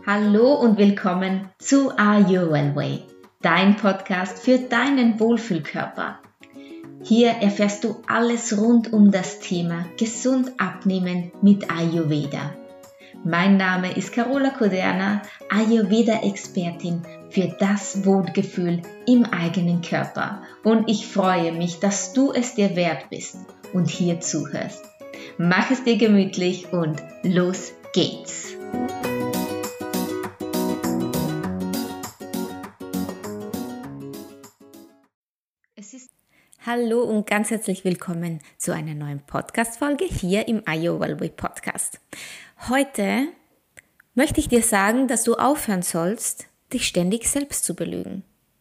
Hallo und willkommen zu Are You Well Way, dein Podcast für deinen Wohlfühlkörper. Hier erfährst du alles rund um das Thema gesund abnehmen mit Ayurveda. Mein Name ist Carola Coderna, Ayurveda-Expertin für das Wohlgefühl im eigenen Körper und ich freue mich, dass du es dir wert bist und hier zuhörst. Mach es dir gemütlich und los geht's! Hallo und ganz herzlich willkommen zu einer neuen Podcast-Folge hier im Are You Well Way Podcast. Heute möchte ich dir sagen, dass du aufhören sollst, dich ständig selbst zu belügen.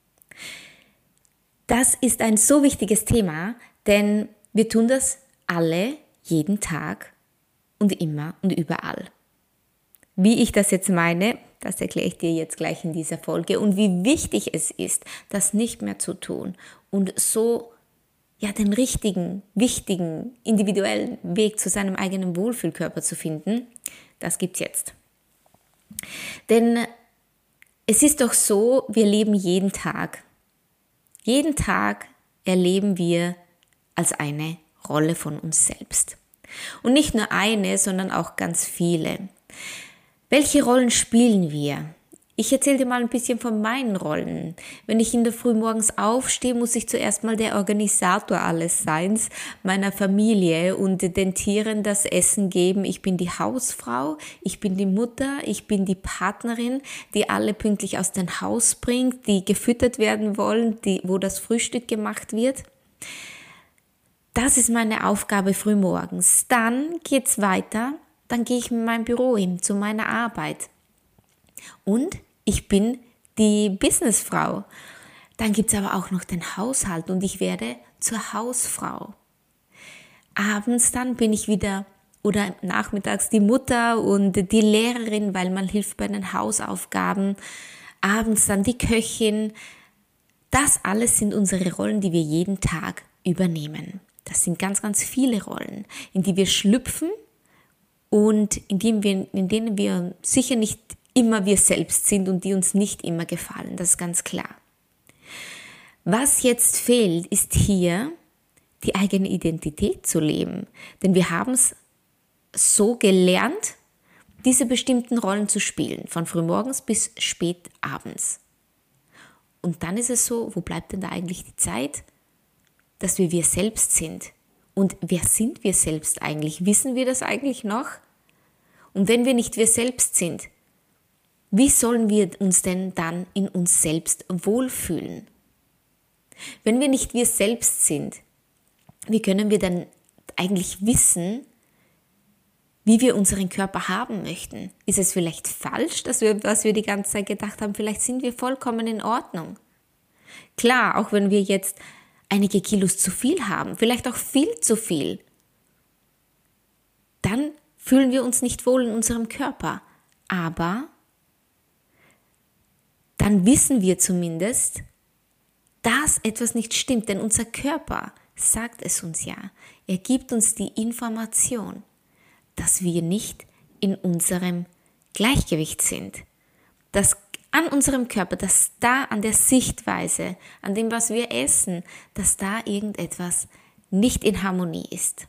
Das ist ein so wichtiges Thema, denn wir tun das alle, jeden Tag und immer und überall. Wie ich das jetzt meine, das erkläre ich dir jetzt gleich in dieser Folge und wie wichtig es ist, das nicht mehr zu tun und so den richtigen, wichtigen, individuellen Weg zu seinem eigenen Wohlfühlkörper zu finden, das gibt's jetzt. Denn es ist doch so, wir leben jeden Tag. Jeden Tag erleben wir als eine Rolle von uns selbst. Und nicht nur eine, sondern auch ganz viele. Welche Rollen spielen wir? Ich erzähle dir mal ein bisschen von meinen Rollen. Wenn ich in der Früh morgens aufstehe, muss ich zuerst mal der Organisator alles sein, meiner Familie und den Tieren das Essen geben. Ich bin die Hausfrau, ich bin die Mutter, ich bin die Partnerin, die alle pünktlich aus dem Haus bringt, die gefüttert werden wollen, wo das Frühstück gemacht wird. Das ist meine Aufgabe frühmorgens. Dann geht's weiter, dann gehe ich in mein Büro hin, zu meiner Arbeit. Und ich bin die Businessfrau. Dann gibt es aber auch noch den Haushalt und ich werde zur Hausfrau. Abends dann bin ich wieder oder nachmittags die Mutter und die Lehrerin, weil man hilft bei den Hausaufgaben. Abends dann die Köchin. Das alles sind unsere Rollen, die wir jeden Tag übernehmen. Das sind ganz, ganz viele Rollen, in die wir schlüpfen und in denen wir sicher nicht immer wir selbst sind und die uns nicht immer gefallen, das ist ganz klar. Was jetzt fehlt, ist hier die eigene Identität zu leben, denn wir haben es so gelernt, diese bestimmten Rollen zu spielen, von frühmorgens bis spät abends. Und dann ist es so, wo bleibt denn da eigentlich die Zeit, dass wir selbst sind? Und wer sind wir selbst eigentlich? Wissen wir das eigentlich noch? Und wenn wir nicht wir selbst sind, wie sollen wir uns denn dann in uns selbst wohlfühlen? Wenn wir nicht wir selbst sind, wie können wir dann eigentlich wissen, wie wir unseren Körper haben möchten? Ist es vielleicht falsch, was wir die ganze Zeit gedacht haben? Vielleicht sind wir vollkommen in Ordnung. Klar, auch wenn wir jetzt einige Kilos zu viel haben, vielleicht auch viel zu viel, dann fühlen wir uns nicht wohl in unserem Körper. Aber dann wissen wir zumindest, dass etwas nicht stimmt, denn unser Körper sagt es uns ja. Er gibt uns die Information, dass wir nicht in unserem Gleichgewicht sind. Dass an unserem Körper, dass da an der Sichtweise, an dem, was wir essen, dass da irgendetwas nicht in Harmonie ist.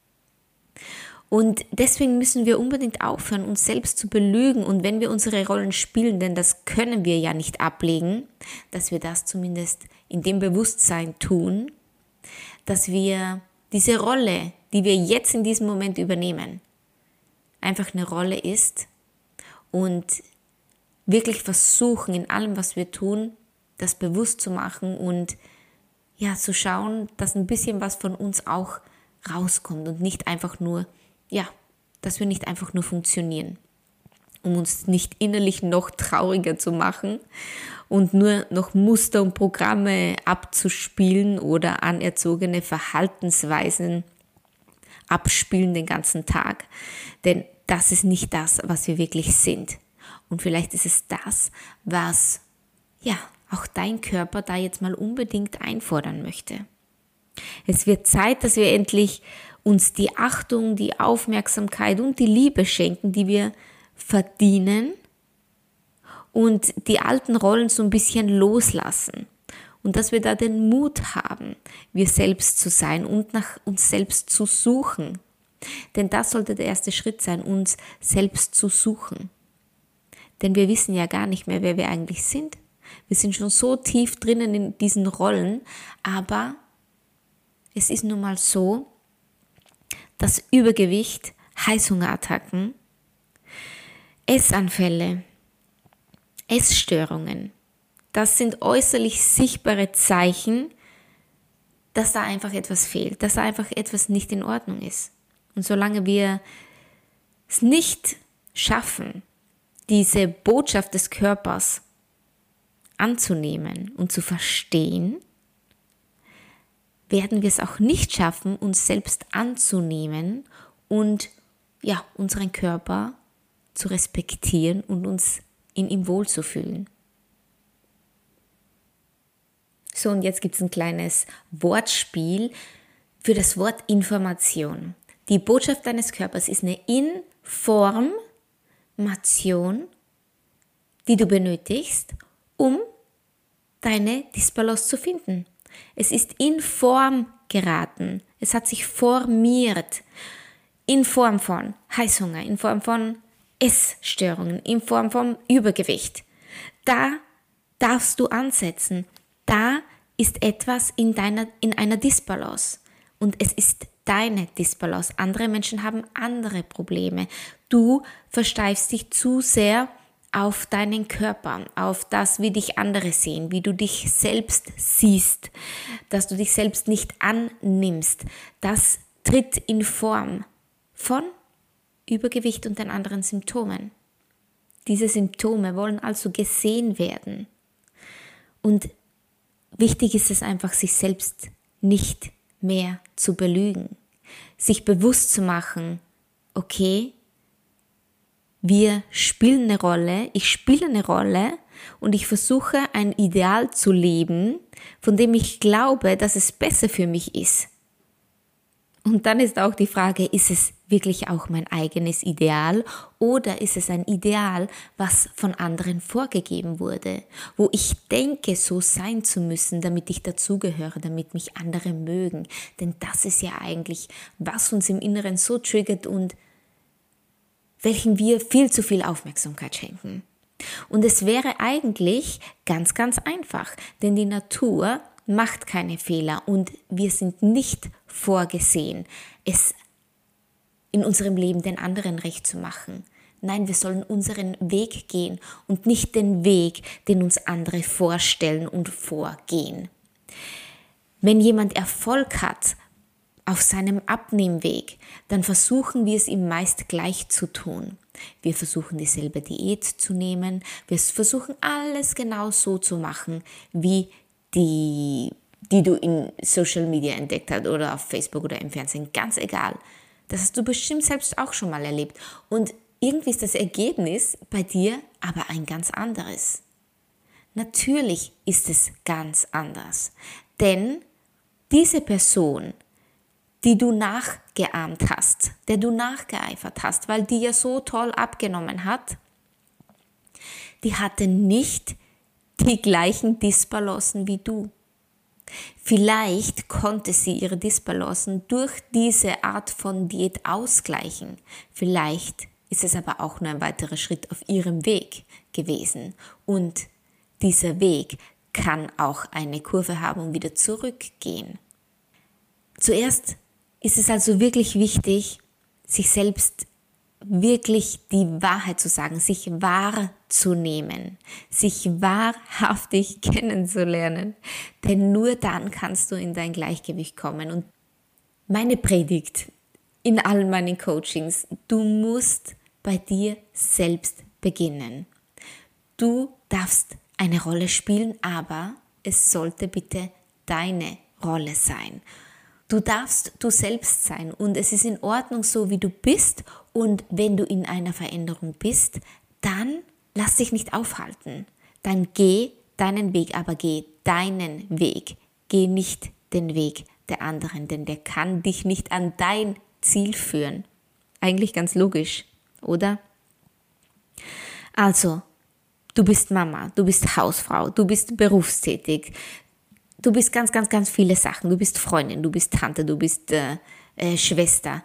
Und deswegen müssen wir unbedingt aufhören, uns selbst zu belügen. Und wenn wir unsere Rollen spielen, denn das können wir ja nicht ablegen, dass wir das zumindest in dem Bewusstsein tun, dass wir diese Rolle, die wir jetzt in diesem Moment übernehmen, einfach eine Rolle ist und wirklich versuchen, in allem, was wir tun, das bewusst zu machen und zu schauen, dass ein bisschen was von uns auch rauskommt und nicht einfach nur dass wir nicht einfach nur funktionieren, um uns nicht innerlich noch trauriger zu machen und nur noch Muster und Programme abzuspielen oder anerzogene Verhaltensweisen abspielen den ganzen Tag. Denn das ist nicht das, was wir wirklich sind. Und vielleicht ist es das, was auch dein Körper da jetzt mal unbedingt einfordern möchte. Es wird Zeit, dass wir endlich uns die Achtung, die Aufmerksamkeit und die Liebe schenken, die wir verdienen und die alten Rollen so ein bisschen loslassen. Und dass wir da den Mut haben, wir selbst zu sein und nach uns selbst zu suchen. Denn das sollte der erste Schritt sein, uns selbst zu suchen. Denn wir wissen ja gar nicht mehr, wer wir eigentlich sind. Wir sind schon so tief drinnen in diesen Rollen, aber es ist nun mal so, dass Übergewicht, Heißhungerattacken, Essanfälle, Essstörungen, das sind äußerlich sichtbare Zeichen, dass da einfach etwas fehlt, dass da einfach etwas nicht in Ordnung ist. Und solange wir es nicht schaffen, diese Botschaft des Körpers anzunehmen und zu verstehen, werden wir es auch nicht schaffen, uns selbst anzunehmen und unseren Körper zu respektieren und uns in ihm wohlzufühlen. So, und jetzt gibt es ein kleines Wortspiel für das Wort Information. Die Botschaft deines Körpers ist eine Information, die du benötigst, um deine Disbalance zu finden. Es ist in Form geraten. Es hat sich formiert. In Form von Heißhunger, in Form von Essstörungen, in Form von Übergewicht. Da darfst du ansetzen. Da ist etwas in einer Disbalance. Und es ist deine Disbalance. Andere Menschen haben andere Probleme. Du versteifst dich zu sehr auf deinen Körper, auf das, wie dich andere sehen, wie du dich selbst siehst, dass du dich selbst nicht annimmst. Das tritt in Form von Übergewicht und den anderen Symptomen. Diese Symptome wollen also gesehen werden. Und wichtig ist es einfach, sich selbst nicht mehr zu belügen, sich bewusst zu machen, okay, wir spielen eine Rolle, ich spiele eine Rolle und ich versuche ein Ideal zu leben, von dem ich glaube, dass es besser für mich ist. Und dann ist auch die Frage, ist es wirklich auch mein eigenes Ideal oder ist es ein Ideal, was von anderen vorgegeben wurde, wo ich denke, so sein zu müssen, damit ich dazugehöre, damit mich andere mögen. Denn das ist ja eigentlich, was uns im Inneren so triggert und welchen wir viel zu viel Aufmerksamkeit schenken. Und es wäre eigentlich ganz, ganz einfach, denn die Natur macht keine Fehler und wir sind nicht vorgesehen, es in unserem Leben den anderen recht zu machen. Nein, wir sollen unseren Weg gehen und nicht den Weg, den uns andere vorstellen und vorgehen. Wenn jemand Erfolg hat auf seinem Abnehmweg, dann versuchen wir es ihm meist gleich zu tun. Wir versuchen dieselbe Diät zu nehmen, wir versuchen alles genau so zu machen, wie die du in Social Media entdeckt hast oder auf Facebook oder im Fernsehen, ganz egal. Das hast du bestimmt selbst auch schon mal erlebt. Und irgendwie ist das Ergebnis bei dir aber ein ganz anderes. Natürlich ist es ganz anders, denn diese Person, die du nachgeahmt hast, der du nachgeeifert hast, weil die ja so toll abgenommen hat, die hatte nicht die gleichen Disbalancen wie du. Vielleicht konnte sie ihre Disbalancen durch diese Art von Diät ausgleichen. Vielleicht ist es aber auch nur ein weiterer Schritt auf ihrem Weg gewesen. Und dieser Weg kann auch eine Kurve haben und wieder zurückgehen. Zuerst ist es also wirklich wichtig, sich selbst wirklich die Wahrheit zu sagen, sich wahrzunehmen, sich wahrhaftig kennenzulernen. Denn nur dann kannst du in dein Gleichgewicht kommen. Und meine Predigt in allen meinen Coachings, du musst bei dir selbst beginnen. Du darfst eine Rolle spielen, aber es sollte bitte deine Rolle sein. Du darfst du selbst sein und es ist in Ordnung so, wie du bist. Und wenn du in einer Veränderung bist, dann lass dich nicht aufhalten. Dann geh deinen Weg, aber geh deinen Weg. Geh nicht den Weg der anderen, denn der kann dich nicht an dein Ziel führen. Eigentlich ganz logisch, oder? Also, Du bist Mama, du bist Hausfrau, du bist berufstätig, du bist ganz, ganz, ganz viele Sachen. Du bist Freundin, du bist Tante, du bist Schwester.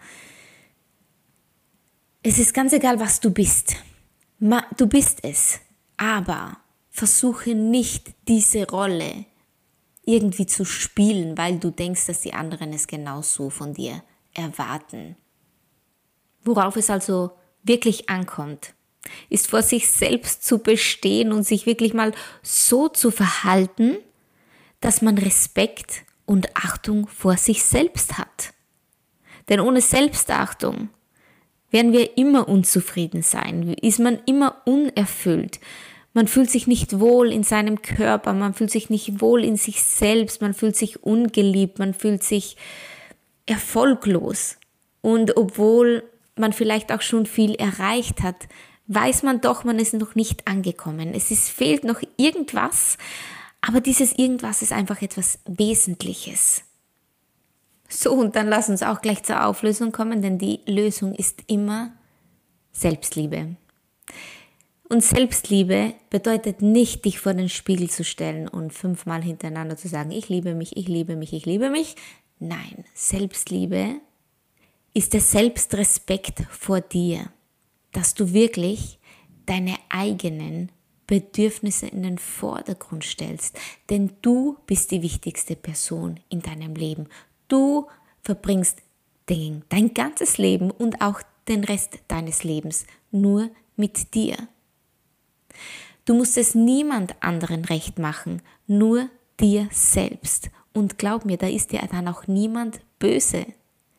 Es ist ganz egal, was du bist. Du bist es. Aber versuche nicht, diese Rolle irgendwie zu spielen, weil du denkst, dass die anderen es genauso von dir erwarten. Worauf es also wirklich ankommt, ist vor sich selbst zu bestehen und sich wirklich mal so zu verhalten, dass man Respekt und Achtung vor sich selbst hat. Denn ohne Selbstachtung werden wir immer unzufrieden sein, ist man immer unerfüllt. Man fühlt sich nicht wohl in seinem Körper, man fühlt sich nicht wohl in sich selbst, man fühlt sich ungeliebt, man fühlt sich erfolglos. Und obwohl man vielleicht auch schon viel erreicht hat, weiß man doch, man ist noch nicht angekommen. Fehlt noch irgendwas, aber dieses irgendwas ist einfach etwas Wesentliches. So, und dann lass uns auch gleich zur Auflösung kommen, denn die Lösung ist immer Selbstliebe. Und Selbstliebe bedeutet nicht, dich vor den Spiegel zu stellen und 5-mal hintereinander zu sagen, ich liebe mich, ich liebe mich, ich liebe mich. Nein, Selbstliebe ist der Selbstrespekt vor dir, dass du wirklich deine eigenen Bedürfnisse in den Vordergrund stellst. Denn du bist die wichtigste Person in deinem Leben. Du verbringst dein ganzes Leben und auch den Rest deines Lebens nur mit dir. Du musst es niemand anderen recht machen, nur dir selbst. Und glaub mir, da ist dir dann auch niemand böse.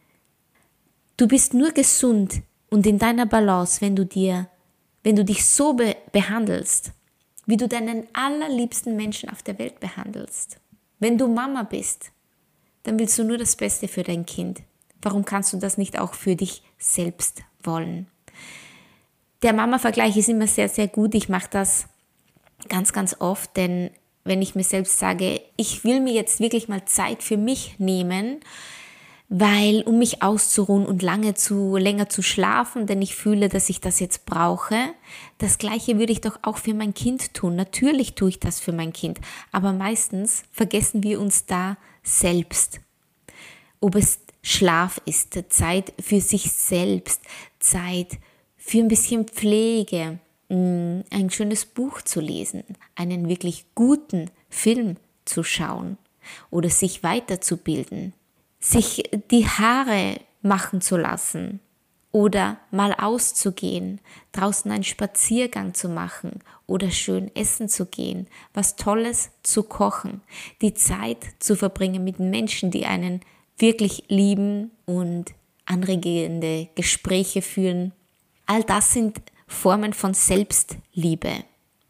Du bist nur gesund und in deiner Balance, wenn du dich so behandelst, wie du deinen allerliebsten Menschen auf der Welt behandelst. Wenn du Mama bist, dann willst du nur das Beste für dein Kind. Warum kannst du das nicht auch für dich selbst wollen? Der Mama-Vergleich ist immer sehr, sehr gut. Ich mache das ganz, ganz oft, denn wenn ich mir selbst sage, ich will mir jetzt wirklich mal Zeit für mich nehmen, weil um mich auszuruhen und länger zu schlafen, denn ich fühle, dass ich das jetzt brauche. Das Gleiche würde ich doch auch für mein Kind tun. Natürlich tue ich das für mein Kind, aber meistens vergessen wir uns da selbst. Ob es Schlaf ist, Zeit für sich selbst, Zeit für ein bisschen Pflege, ein schönes Buch zu lesen, einen wirklich guten Film zu schauen oder sich weiterzubilden, sich die Haare machen zu lassen oder mal auszugehen, draußen einen Spaziergang zu machen oder schön essen zu gehen, was Tolles zu kochen, die Zeit zu verbringen mit Menschen, die einen wirklich lieben und anregende Gespräche führen. All das sind Formen von Selbstliebe.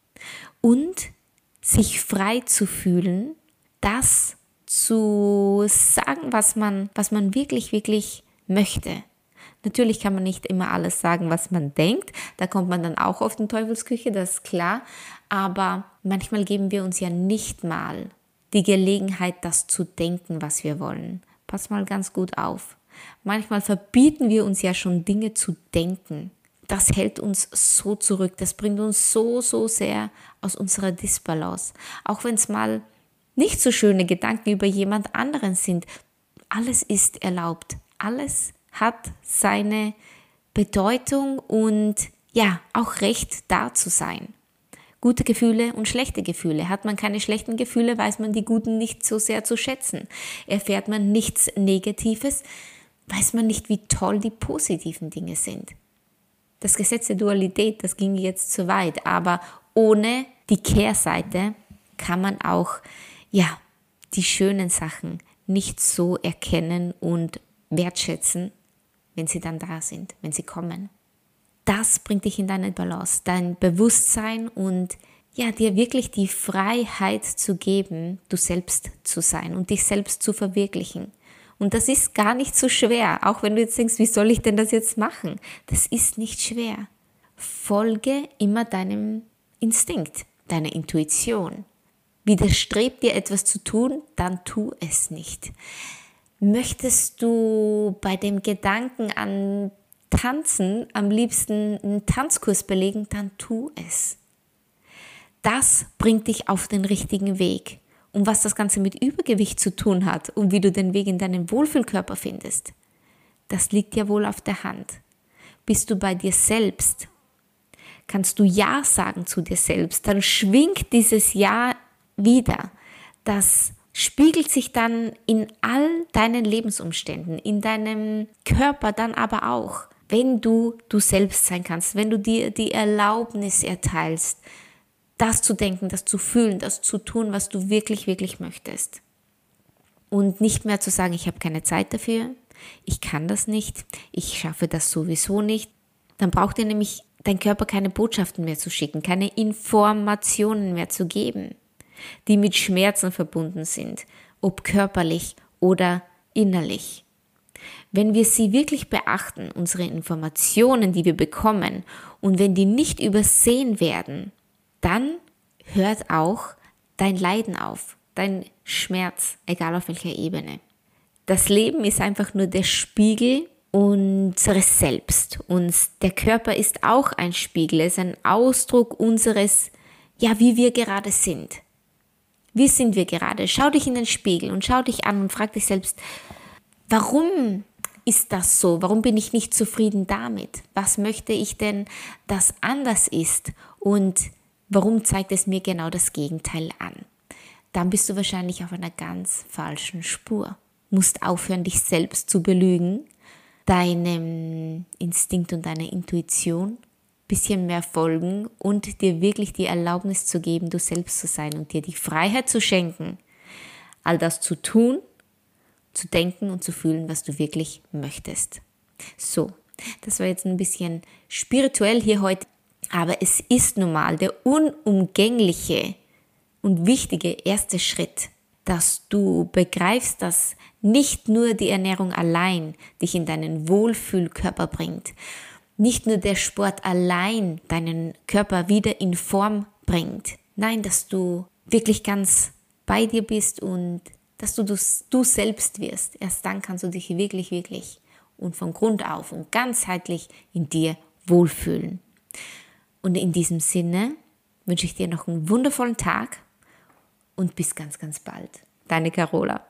Und sich frei zu fühlen, das zu sagen, was man wirklich, wirklich möchte. Natürlich kann man nicht immer alles sagen, was man denkt. Da kommt man dann auch auf die Teufelsküche, das ist klar. Aber manchmal geben wir uns ja nicht mal die Gelegenheit, das zu denken, was wir wollen. Pass mal ganz gut auf. Manchmal verbieten wir uns ja schon Dinge zu denken. Das hält uns so zurück. Das bringt uns so, so sehr aus unserer Disbalance. Auch wenn es mal nicht so schöne Gedanken über jemand anderen sind. Alles ist erlaubt. Alles hat seine Bedeutung und ja, auch Recht da zu sein. Gute Gefühle und schlechte Gefühle. Hat man keine schlechten Gefühle, weiß man die guten nicht so sehr zu schätzen. Erfährt man nichts Negatives, weiß man nicht, wie toll die positiven Dinge sind. Das Gesetz der Dualität, das ging jetzt zu weit, aber ohne die Kehrseite kann man auch die schönen Sachen nicht so erkennen und wertschätzen, wenn sie dann da sind, wenn sie kommen. Das bringt dich in deine Balance, dein Bewusstsein und dir wirklich die Freiheit zu geben, du selbst zu sein und dich selbst zu verwirklichen. Und das ist gar nicht so schwer, auch wenn du jetzt denkst, wie soll ich denn das jetzt machen? Das ist nicht schwer. Folge immer deinem Instinkt, deiner Intuition. Widerstrebt dir etwas zu tun, dann tu es nicht. Möchtest du bei dem Gedanken an Tanzen am liebsten einen Tanzkurs belegen, dann tu es. das bringt dich auf den richtigen Weg. Und was das Ganze mit Übergewicht zu tun hat und wie du den Weg in deinen Wohlfühlkörper findest, das liegt ja wohl auf der Hand. Bist du bei dir selbst? Kannst du Ja sagen zu dir selbst? Dann schwingt dieses Ja wieder. Das spiegelt sich dann in all deinen Lebensumständen, in deinem Körper dann aber auch. Wenn du selbst sein kannst, wenn du dir die Erlaubnis erteilst, das zu denken, das zu fühlen, das zu tun, was du wirklich, wirklich möchtest. Und nicht mehr zu sagen, ich habe keine Zeit dafür, ich kann das nicht, ich schaffe das sowieso nicht. Dann braucht dir nämlich dein Körper keine Botschaften mehr zu schicken, keine Informationen mehr zu geben, die mit Schmerzen verbunden sind, ob körperlich oder innerlich. Wenn wir sie wirklich beachten, unsere Informationen, die wir bekommen, und wenn die nicht übersehen werden, dann hört auch dein Leiden auf, dein Schmerz, egal auf welcher Ebene. Das Leben ist einfach nur der Spiegel unseres Selbst und der Körper ist auch ein Spiegel, es ist ein Ausdruck unseres, ja, wie wir gerade sind. Wie sind wir gerade? Schau dich in den Spiegel und schau dich an und frag dich selbst, warum ist das so? Warum bin ich nicht zufrieden damit? Was möchte ich denn, dass anders ist? Und warum zeigt es mir genau das Gegenteil an? Dann bist du wahrscheinlich auf einer ganz falschen Spur. Musst aufhören, dich selbst zu belügen, deinem Instinkt und deiner Intuition ein bisschen mehr folgen und dir wirklich die Erlaubnis zu geben, du selbst zu sein und dir die Freiheit zu schenken, all das zu tun, zu denken und zu fühlen, was du wirklich möchtest. So, das war jetzt ein bisschen spirituell hier heute, aber es ist nun mal der unumgängliche und wichtige erste Schritt, dass du begreifst, dass nicht nur die Ernährung allein dich in deinen Wohlfühlkörper bringt, nicht nur der Sport allein deinen Körper wieder in Form bringt. Nein, dass du wirklich ganz bei dir bist und dass du selbst wirst. Erst dann kannst du dich wirklich, wirklich und von Grund auf und ganzheitlich in dir wohlfühlen. Und in diesem Sinne wünsche ich dir noch einen wundervollen Tag und bis ganz, ganz bald. Deine Carola.